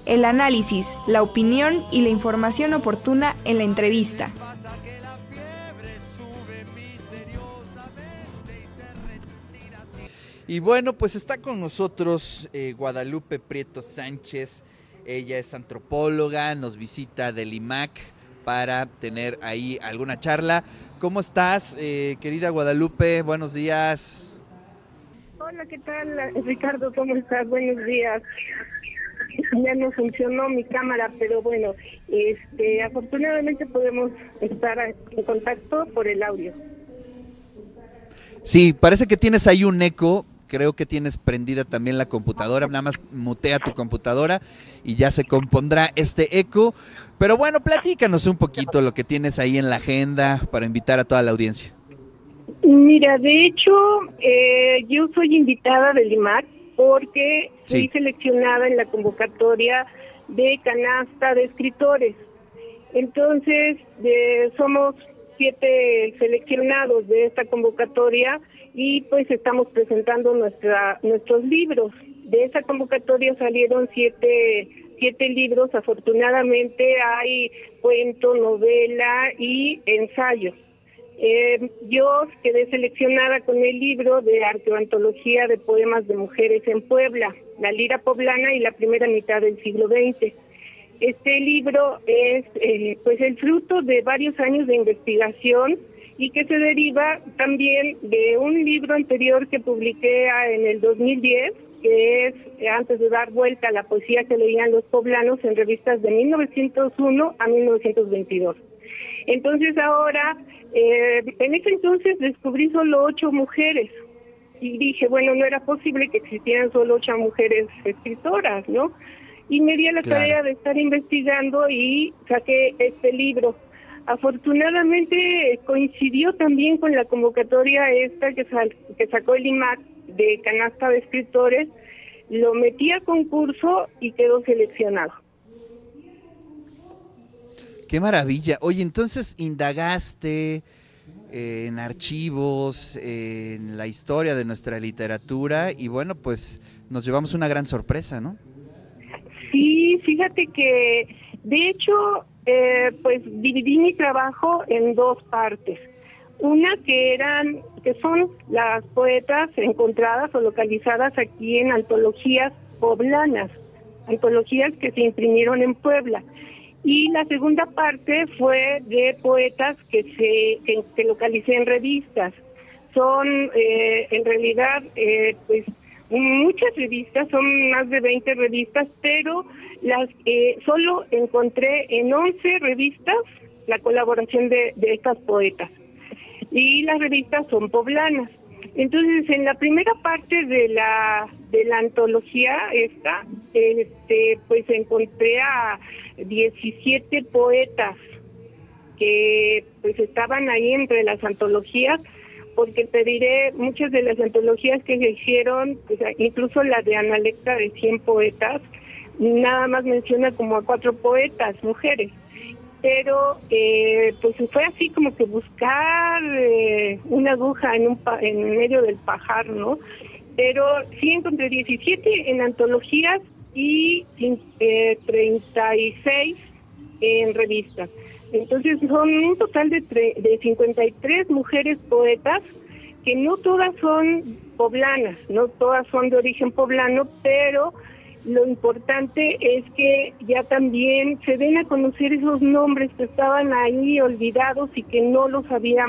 El análisis, la opinión y la información oportuna en la entrevista. Y bueno, pues está con nosotros Guadalupe Prieto Sánchez. Ella es antropóloga, nos visita del IMAC para tener ahí alguna charla. ¿Cómo estás, querida Guadalupe? Buenos días. Hola, ¿qué tal, Ricardo? ¿Cómo estás? Buenos días. Ya no funcionó mi cámara, pero bueno, afortunadamente podemos estar en contacto por el audio. Sí, parece que tienes ahí un eco. Creo que tienes prendida también la computadora. Nada más mutea tu computadora y ya se compondrá este eco. Pero bueno, platícanos un poquito lo que tienes ahí en la agenda para invitar a toda la audiencia. Mira, de hecho, yo soy invitada del IMAC porque fui seleccionada en la convocatoria de canasta de escritores. Entonces, somos 7 seleccionados de esta convocatoria y pues estamos presentando nuestros libros. De esa convocatoria salieron 7 libros. Afortunadamente hay cuento, novela y ensayo. Yo quedé seleccionada con el libro de arqueoantología de poemas de mujeres en Puebla, La Lira Poblana y la primera mitad del siglo XX. Este libro es pues el fruto de varios años de investigación y que se deriva también de un libro anterior que publiqué en el 2010, que es Antes de dar vuelta a la poesía que leían los poblanos, en revistas de 1901 a 1922. Entonces ahora, en ese entonces descubrí solo 8 mujeres y dije, bueno, no era posible que existieran solo 8 mujeres escritoras, ¿no? Y me di a la tarea de estar investigando y saqué este libro. Afortunadamente coincidió también con la convocatoria que sacó el IMAC de canasta de escritores. Lo metí a concurso y quedó seleccionado. ¡Qué maravilla! Oye, entonces indagaste en archivos, en la historia de nuestra literatura y bueno, pues nos llevamos una gran sorpresa, ¿no? Sí, fíjate que de hecho pues dividí mi trabajo en 2 partes. Una que son las poetas encontradas o localizadas aquí en antologías poblanas, antologías que se imprimieron en Puebla. Y la segunda parte fue de poetas que localicé en revistas. Son en realidad pues muchas revistas, son más de 20 revistas, pero solo encontré en 11 revistas la colaboración de estas poetas. Y las revistas son poblanas. Entonces, en la primera parte de la antología pues encontré a 17 poetas que pues estaban ahí entre las antologías, porque te diré, muchas de las antologías que se hicieron, pues, incluso la de Analecta de 100 poetas, nada más menciona como a 4 poetas, mujeres. Pero pues fue así como que buscar una aguja en medio del pajar, ¿no? Pero sí encontré 17 en antologías y 36 en revistas. Entonces son un total de 53 mujeres poetas, que no todas son poblanas, no todas son de origen poblano, pero lo importante es que ya también se den a conocer esos nombres que estaban ahí olvidados y que no los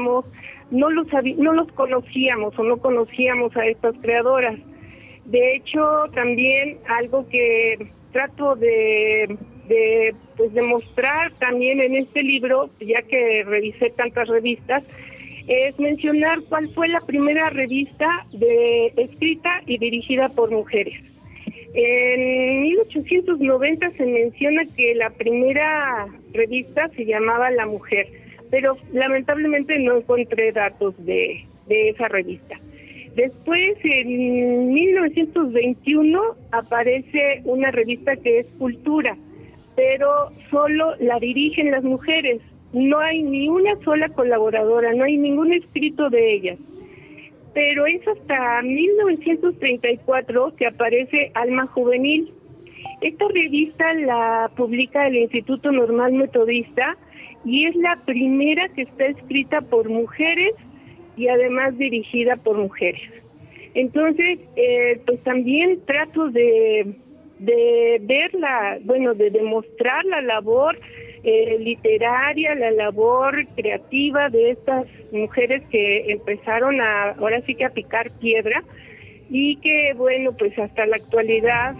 conocíamos o no conocíamos a estas creadoras. De hecho, también algo que trato de mostrar también en este libro, ya que revisé tantas revistas, es mencionar cuál fue la primera revista escrita y dirigida por mujeres. En 1890 se menciona que la primera revista se llamaba La Mujer, pero lamentablemente no encontré datos de esa revista. Después, en 1921, aparece una revista que es Cultura, pero solo la dirigen las mujeres. No hay ni una sola colaboradora, no hay ningún escrito de ellas. Pero es hasta 1934 que aparece Alma Juvenil. Esta revista la publica el Instituto Normal Metodista y es la primera que está escrita por mujeres y además dirigida por mujeres. Entonces, pues también trato de ver de demostrar la labor literaria, la labor creativa de estas mujeres que empezaron ahora sí que a picar piedra y que, bueno, pues hasta la actualidad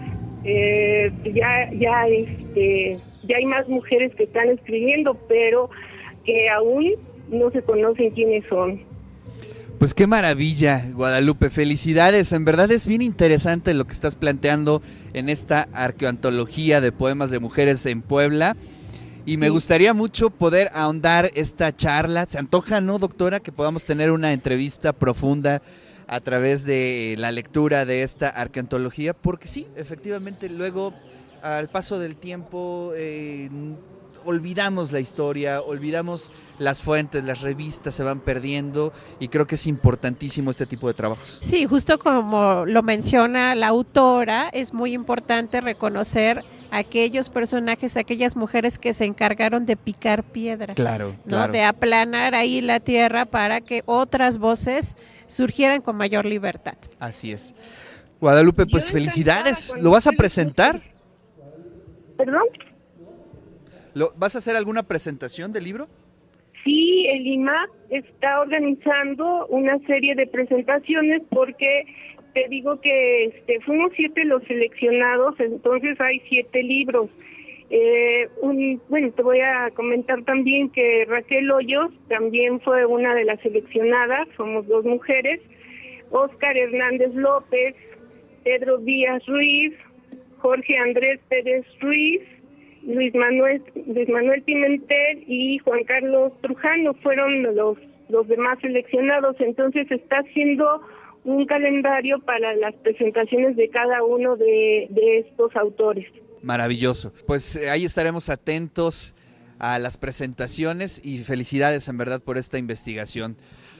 ya hay más mujeres que están escribiendo, pero que aún no se conocen quiénes son. Pues qué maravilla, Guadalupe, felicidades, en verdad es bien interesante lo que estás planteando en esta arqueoantología de poemas de mujeres en Puebla y me gustaría mucho poder ahondar esta charla. Se antoja, ¿no, doctora, que podamos tener una entrevista profunda a través de la lectura de esta arqueoantología? Porque sí, efectivamente, luego al paso del tiempo olvidamos la historia, olvidamos las fuentes, las revistas se van perdiendo y creo que es importantísimo este tipo de trabajos. Sí, justo como lo menciona la autora, es muy importante reconocer aquellos personajes, aquellas mujeres que se encargaron de picar piedra, claro, ¿no? Claro. De aplanar ahí la tierra para que otras voces surgieran con mayor libertad. Así es. Guadalupe, pues felicidades. ¿Lo vas a presentar? ¿Perdón? ¿Vas a hacer alguna presentación del libro? Sí, el IMAC está organizando una serie de presentaciones porque te digo que fuimos 7 los seleccionados, entonces hay 7 libros. Te voy a comentar también que Raquel Hoyos también fue una de las seleccionadas, somos 2 mujeres, Óscar Hernández López, Pedro Díaz Ruiz, Jorge Andrés Pérez Ruiz, Luis Manuel Pimentel y Juan Carlos Trujano fueron los demás seleccionados. Entonces está haciendo un calendario para las presentaciones de cada uno de estos autores. Maravilloso. Pues ahí estaremos atentos a las presentaciones y felicidades en verdad por esta investigación.